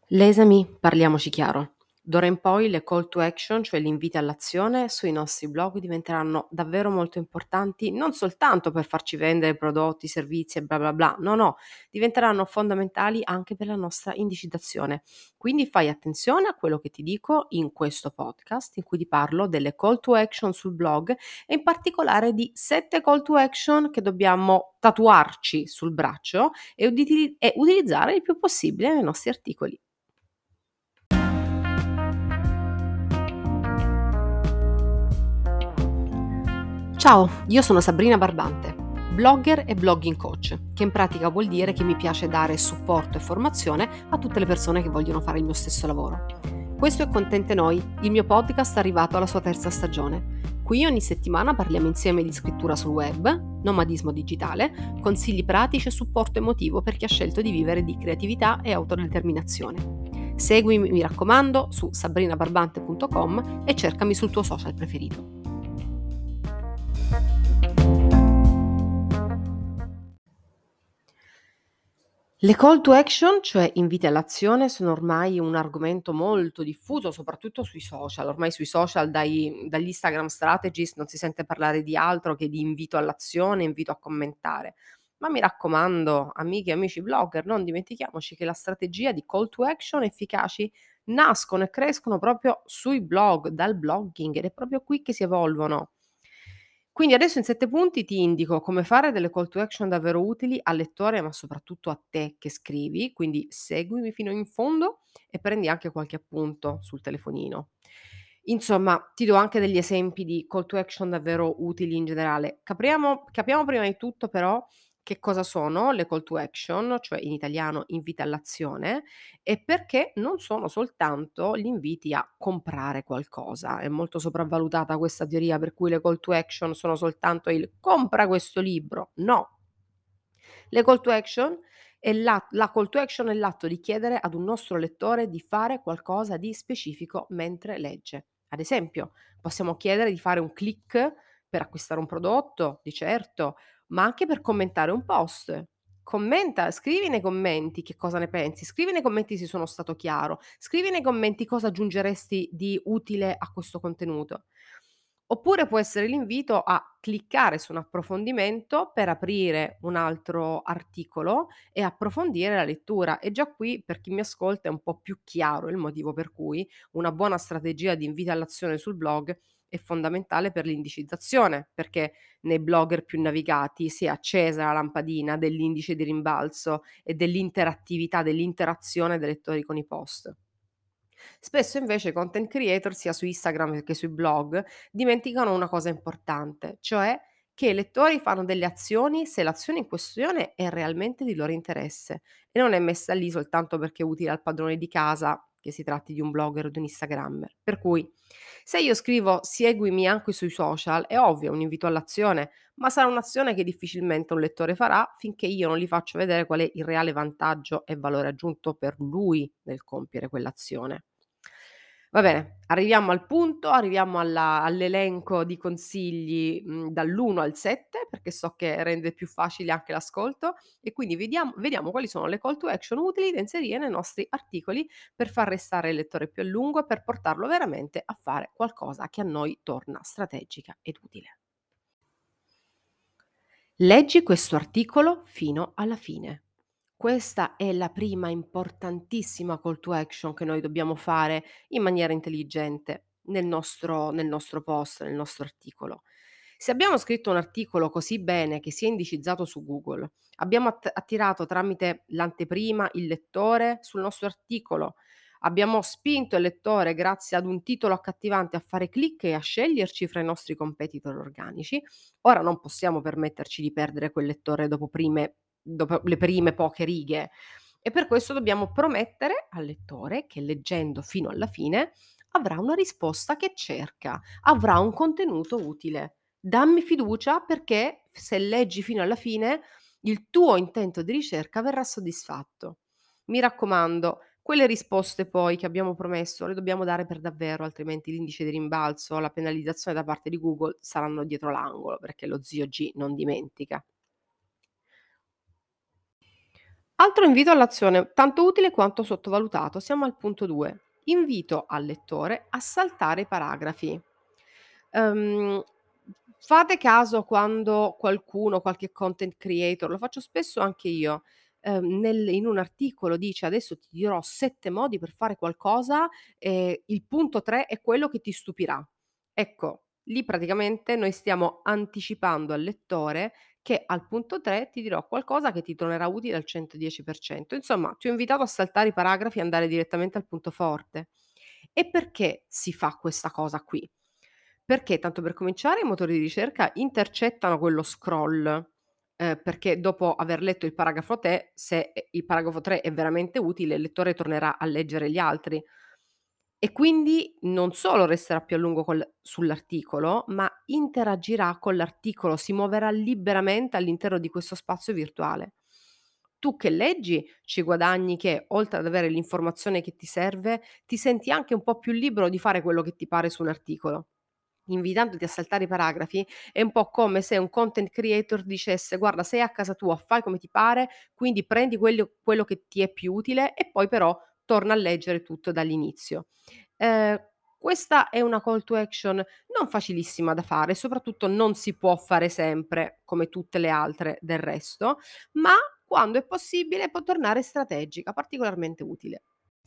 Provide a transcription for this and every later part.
Lesami, parliamoci chiaro. D'ora in poi le call to action, cioè gli inviti all'azione, sui nostri blog diventeranno davvero molto importanti, non soltanto per farci vendere prodotti, servizi e bla bla bla, no, no, diventeranno fondamentali anche per la nostra indicizzazione. Quindi fai attenzione a quello che ti dico in questo podcast in cui ti parlo delle call to action sul blog e in particolare di 7 call to action che dobbiamo tatuarci sul braccio e utilizzare il più possibile nei nostri articoli. Ciao, io sono Sabrina Barbante, blogger e blogging coach, che in pratica vuol dire che mi piace dare supporto e formazione a tutte le persone che vogliono fare il mio stesso lavoro. Questo è Contente Noi, il mio podcast arrivato alla sua terza stagione. Qui ogni settimana parliamo insieme di scrittura sul web, nomadismo digitale, consigli pratici e supporto emotivo per chi ha scelto di vivere di creatività e autodeterminazione. Seguimi, mi raccomando, su sabrinabarbante.com e cercami sul tuo social preferito. Le call to action, cioè inviti all'azione, sono ormai un argomento molto diffuso, soprattutto sui social. Ormai sui social dagli Instagram strategies non si sente parlare di altro che di invito all'azione, invito a commentare. Ma mi raccomando, amiche e amici blogger, non dimentichiamoci che la strategia di call to action efficaci nascono e crescono proprio sui blog, dal blogging, ed è proprio qui che si evolvono. Quindi adesso in 7 punti ti indico come fare delle call to action davvero utili al lettore, ma soprattutto a te che scrivi, quindi seguimi fino in fondo e prendi anche qualche appunto sul telefonino. Insomma, ti do anche degli esempi di call to action davvero utili in generale. Capiamo prima di tutto però che cosa sono le call to action, cioè in italiano inviti all'azione, e perché non sono soltanto gli inviti a comprare qualcosa. È molto sopravvalutata questa teoria per cui le call to action sono soltanto il compra questo libro. No, le call to action la call to action è l'atto di chiedere ad un nostro lettore di fare qualcosa di specifico mentre legge. Ad esempio, possiamo chiedere di fare un click per acquistare un prodotto, di certo, ma anche per commentare un post. Commenta, scrivi nei commenti che cosa ne pensi, scrivi nei commenti se sono stato chiaro, scrivi nei commenti cosa aggiungeresti di utile a questo contenuto. Oppure può essere l'invito a cliccare su un approfondimento per aprire un altro articolo e approfondire la lettura. E già qui, per chi mi ascolta, è un po' più chiaro il motivo per cui una buona strategia di invito all'azione sul blog è fondamentale per l'indicizzazione, perché nei blogger più navigati si è accesa la lampadina dell'indice di rimbalzo e dell'interattività, dell'interazione dei lettori con i post. Spesso invece i content creator, sia su Instagram che sui blog, dimenticano una cosa importante, cioè che i lettori fanno delle azioni se l'azione in questione è realmente di loro interesse e non è messa lì soltanto perché è utile al padrone di casa, che si tratti di un blogger o di un Instagrammer. Per cui, se io scrivo seguimi anche sui social, è ovvio, è un invito all'azione, ma sarà un'azione che difficilmente un lettore farà finché io non gli faccio vedere qual è il reale vantaggio e valore aggiunto per lui nel compiere quell'azione. Va bene, arriviamo al punto, arriviamo all'elenco di consigli, dall'1 al 7, perché so che rende più facile anche l'ascolto, e quindi vediamo quali sono le call to action utili da inserire nei nostri articoli per far restare il lettore più a lungo e per portarlo veramente a fare qualcosa che a noi torna strategica ed utile. Leggi questo articolo fino alla fine. Questa è la prima importantissima call to action che noi dobbiamo fare in maniera intelligente nel nostro post, nel nostro articolo. Se abbiamo scritto un articolo così bene che sia indicizzato su Google, abbiamo attirato tramite l'anteprima il lettore sul nostro articolo, abbiamo spinto il lettore grazie ad un titolo accattivante a fare click e a sceglierci fra i nostri competitor organici. Ora non possiamo permetterci di perdere quel lettore dopo le prime poche righe, e per questo dobbiamo promettere al lettore che leggendo fino alla fine avrà una risposta che cerca, avrà un contenuto utile. Dammi fiducia perché se leggi fino alla fine il tuo intento di ricerca verrà soddisfatto. Mi raccomando, quelle risposte poi che abbiamo promesso le dobbiamo dare per davvero, altrimenti l'indice di rimbalzo, la penalizzazione da parte di Google saranno dietro l'angolo, perché lo zio G non dimentica. Altro invito all'azione, tanto utile quanto sottovalutato. Siamo al punto 2. Invito al lettore a saltare i paragrafi. Ehm, Fate caso quando qualcuno, qualche content creator, lo faccio spesso anche io, in un articolo dice: "Adesso ti dirò 7 modi per fare qualcosa, il punto 3 è quello che ti stupirà." Ecco, lì praticamente noi stiamo anticipando al lettore che al punto 3 ti dirò qualcosa che ti tornerà utile al 110%. Insomma, ti ho invitato a saltare i paragrafi e andare direttamente al punto forte. E perché si fa questa cosa qui? Perché, tanto per cominciare, i motori di ricerca intercettano quello scroll, perché dopo aver letto il paragrafo 3, se, il paragrafo 3 è veramente utile, il lettore tornerà a leggere gli altri. E quindi non solo resterà più a lungo sull'articolo, ma interagirà con l'articolo, si muoverà liberamente all'interno di questo spazio virtuale. Tu che leggi ci guadagni che, oltre ad avere l'informazione che ti serve, ti senti anche un po' più libero di fare quello che ti pare su un articolo. Invitandoti a saltare i paragrafi è un po' come se un content creator dicesse: "Guarda, sei a casa tua, fai come ti pare, quindi prendi quello che ti è più utile e poi però torna a leggere tutto dall'inizio." Ehm, Questa è una call to action non facilissima da fare, soprattutto non si può fare sempre, come tutte le altre del resto, ma quando è possibile può tornare strategica, particolarmente utile.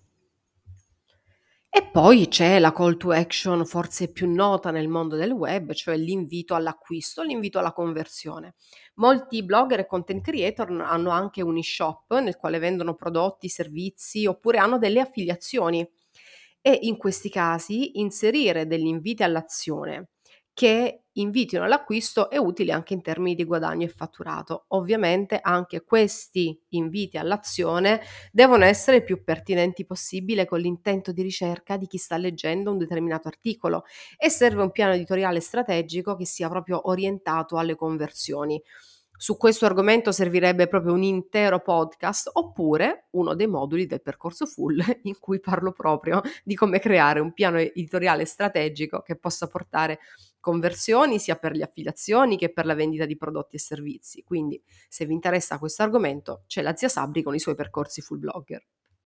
E poi c'è la call to action forse più nota nel mondo del web, cioè l'invito all'acquisto, l'invito alla conversione. Molti blogger e content creator hanno anche un e-shop nel quale vendono prodotti, servizi oppure hanno delle affiliazioni. E in questi casi inserire degli inviti all'azione che invitino all'acquisto è utile anche in termini di guadagno e fatturato. Ovviamente anche questi inviti all'azione devono essere il più pertinenti possibile con l'intento di ricerca di chi sta leggendo un determinato articolo e serve un piano editoriale strategico che sia proprio orientato alle conversioni. Su questo argomento servirebbe proprio un intero podcast oppure uno dei moduli del percorso full in cui parlo proprio di come creare un piano editoriale strategico che possa portare conversioni sia per le affiliazioni che per la vendita di prodotti e servizi. Quindi, se vi interessa questo argomento, c'è la zia Sabri con i suoi percorsi full blogger.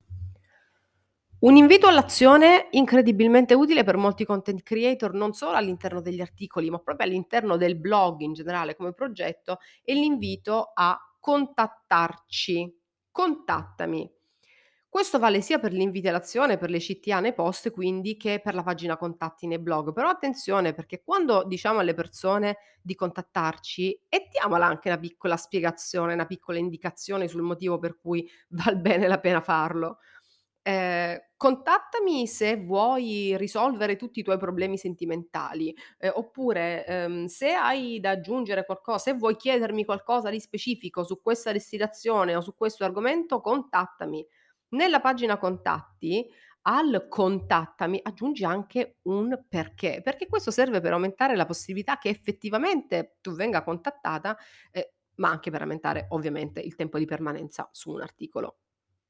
Un invito all'azione incredibilmente utile per molti content creator, non solo all'interno degli articoli, ma proprio all'interno del blog in generale come progetto, è l'invito a contattarci. Contattami. Questo vale sia per l'invito all'azione, per le CTA nei post quindi, che per la pagina contatti nei blog. Però attenzione perché quando diciamo alle persone di contattarci, mettiamola anche una piccola spiegazione, una piccola indicazione sul motivo per cui val bene la pena farlo. Contattami se vuoi risolvere tutti i tuoi problemi sentimentali, oppure, se hai da aggiungere se vuoi chiedermi qualcosa di specifico su questa destinazione o su questo argomento, contattami. Nella pagina contatti, al contattami aggiungi anche un perché, perché questo serve per aumentare la possibilità che effettivamente tu venga contattata, ma anche per aumentare ovviamente il tempo di permanenza su un articolo.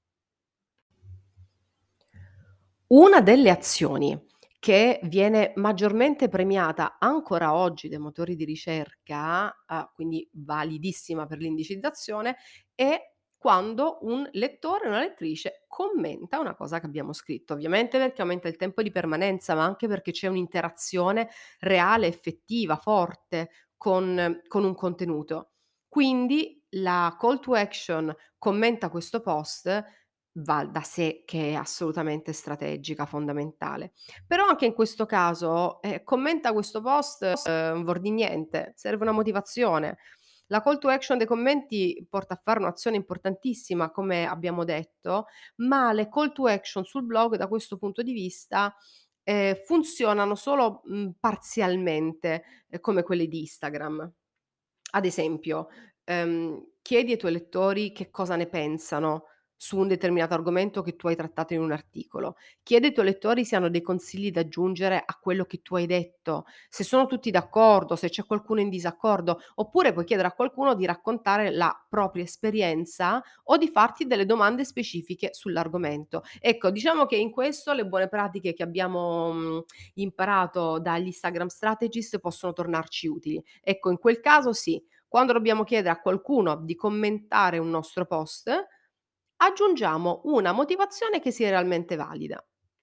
Una delle azioni che viene maggiormente premiata ancora oggi dai motori di ricerca, quindi validissima per l'indicizzazione, è quando un lettore o una lettrice commenta una cosa che abbiamo scritto. Ovviamente perché aumenta il tempo di permanenza, ma anche perché c'è un'interazione reale, effettiva, forte con un contenuto. Quindi la call to action "commenta questo post" va da sé che è assolutamente strategica, fondamentale. Però anche in questo caso, commenta questo post, vuol di niente, serve una motivazione. La call to action dei commenti porta a fare un'azione importantissima, come abbiamo detto, ma le call to action sul blog da questo punto di vista, funzionano solo, parzialmente, come quelle di Instagram. Ad esempio, chiedi ai tuoi lettori che cosa ne pensano su un determinato argomento che tu hai trattato in un articolo. Chiedi ai tuoi lettori se hanno dei consigli da aggiungere a quello che tu hai detto, se sono tutti d'accordo, se c'è qualcuno in disaccordo, oppure puoi chiedere a qualcuno di raccontare la propria esperienza o di farti delle domande specifiche sull'argomento. Ecco, diciamo che in questo le buone pratiche che abbiamo, imparato dagli Instagram strategist possono tornarci utili. Ecco, in quel caso sì, quando dobbiamo chiedere a qualcuno di commentare un nostro post, aggiungiamo una motivazione che sia realmente valida.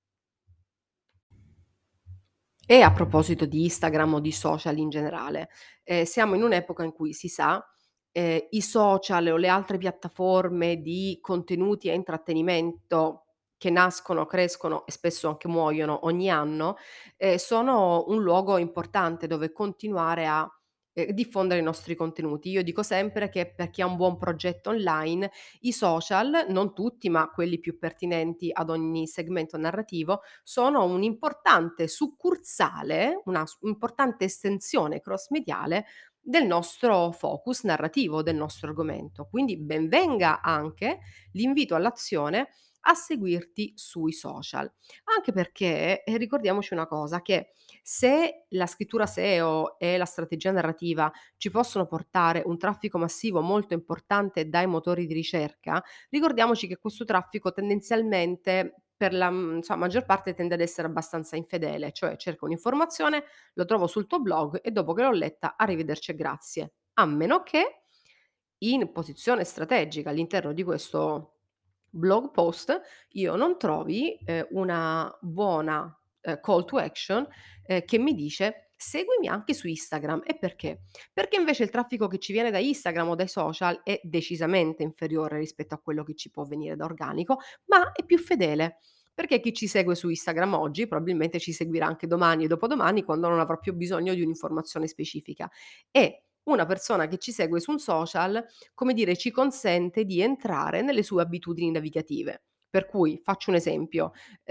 E a proposito di Instagram o di social in generale, siamo in un'epoca in cui si sa, i social o le altre piattaforme di contenuti e intrattenimento che nascono, crescono e spesso anche muoiono ogni anno, sono un luogo importante dove continuare a, diffondere i nostri contenuti. Io dico sempre che per chi ha un buon progetto online, i social, non tutti, ma quelli più pertinenti ad ogni segmento narrativo, sono un'importante succursale, importante estensione cross-mediale del nostro focus narrativo, del nostro argomento. Quindi ben venga anche l'invito all'azione a seguirti sui social. Anche perché, ricordiamoci una cosa, che se la scrittura SEO e la strategia narrativa ci possono portare un traffico massivo molto importante dai motori di ricerca, ricordiamoci che questo traffico tendenzialmente per la maggior parte tende ad essere abbastanza infedele, cioè cerco un'informazione, lo trovo sul tuo blog e dopo che l'ho letta arrivederci e grazie. A meno che in posizione strategica all'interno di questo blog post io non trovi, una buona, call to action, che mi dice: "Seguimi anche su Instagram". E perché? Perché invece il traffico che ci viene da Instagram o dai social è decisamente inferiore rispetto a quello che ci può venire da organico, ma è più fedele. Perché chi ci segue su Instagram oggi probabilmente ci seguirà anche domani e dopodomani quando non avrà più bisogno di un'informazione specifica. E una persona che ci segue su un social, come dire, ci consente di entrare nelle sue abitudini navigative. Per cui, faccio un esempio,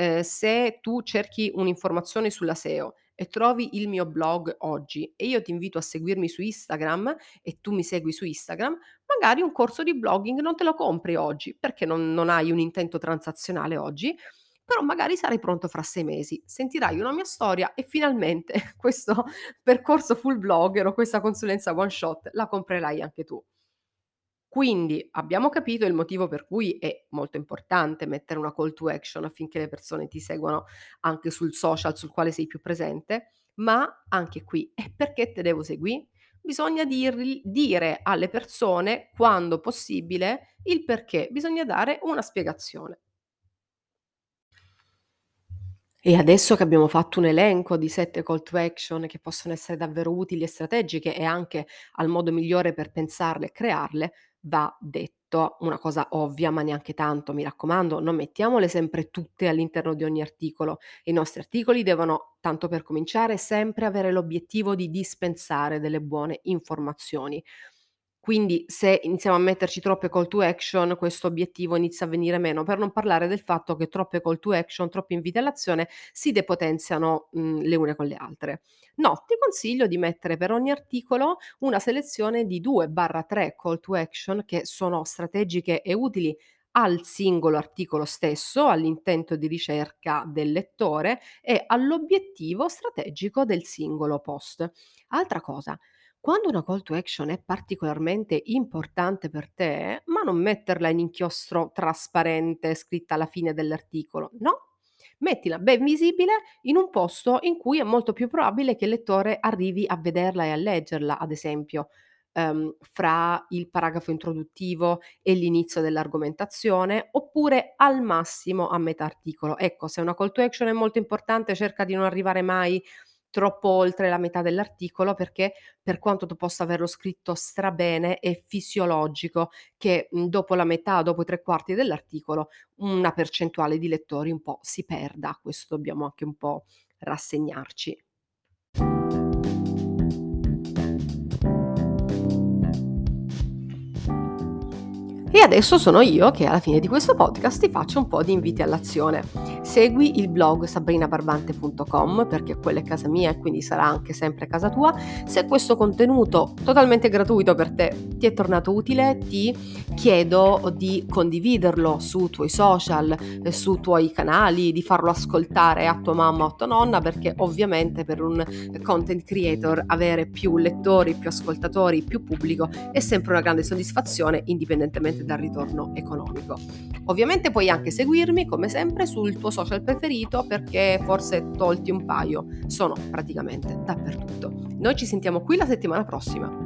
se tu cerchi un'informazione sulla SEO e trovi il mio blog oggi e io ti invito a seguirmi su Instagram e tu mi segui su Instagram, magari un corso di blogging non te lo compri oggi, perché non hai un intento transazionale oggi, però magari sarai pronto fra 6 mesi. Sentirai una mia storia e finalmente questo percorso full blogger o questa consulenza one shot la comprerai anche tu. Quindi abbiamo capito il motivo per cui è molto importante mettere una call to action affinché le persone ti seguano anche sul social sul quale sei più presente, ma anche qui: e perché te devo seguì? Bisogna dire alle persone, quando possibile, il perché, bisogna dare una spiegazione. E adesso che abbiamo fatto un elenco di 7 call to action che possono essere davvero utili e strategiche e anche al modo migliore per pensarle e crearle, va detto una cosa ovvia, ma neanche tanto, mi raccomando, non mettiamole sempre tutte all'interno di ogni articolo. I nostri articoli devono, tanto per cominciare, sempre avere l'obiettivo di dispensare delle buone informazioni. Quindi se iniziamo a metterci troppe call to action, questo obiettivo inizia a venire meno, per non parlare del fatto che troppe call to action, troppi inviti all'azione si depotenziano, le une con le altre. No, ti consiglio di mettere per ogni articolo una selezione di 2/3 call to action che sono strategiche e utili al singolo articolo stesso, all'intento di ricerca del lettore e all'obiettivo strategico del singolo post. Altra cosa, quando una call to action è particolarmente importante per te, ma non metterla in inchiostro trasparente scritta alla fine dell'articolo, no, mettila ben visibile in un posto in cui è molto più probabile che il lettore arrivi a vederla e a leggerla, ad esempio, fra il paragrafo introduttivo e l'inizio dell'argomentazione, oppure al massimo a metà articolo. Ecco, se una call to action è molto importante, cerca di non arrivare mai troppo oltre la metà dell'articolo, perché per quanto tu possa averlo scritto strabene, è fisiologico che, dopo la metà, dopo i 3/4 dell'articolo, una percentuale di lettori un po' si perda. Questo dobbiamo anche un po' rassegnarci. E adesso sono io che alla fine di questo podcast ti faccio un po' di inviti all'azione. Segui il blog sabrinabarbante.com, perché quella è casa mia e quindi sarà anche sempre casa tua. Se questo contenuto totalmente gratuito per te ti è tornato utile, ti chiedo di condividerlo su tuoi social, su tuoi canali, di farlo ascoltare a tua mamma o a tua nonna, perché ovviamente per un content creator avere più lettori, più ascoltatori, più pubblico è sempre una grande soddisfazione, indipendentemente dal ritorno economico. Ovviamente puoi anche seguirmi come sempre sul tuo social preferito, perché forse tolti un paio sono praticamente dappertutto. Noi ci sentiamo qui la settimana prossima.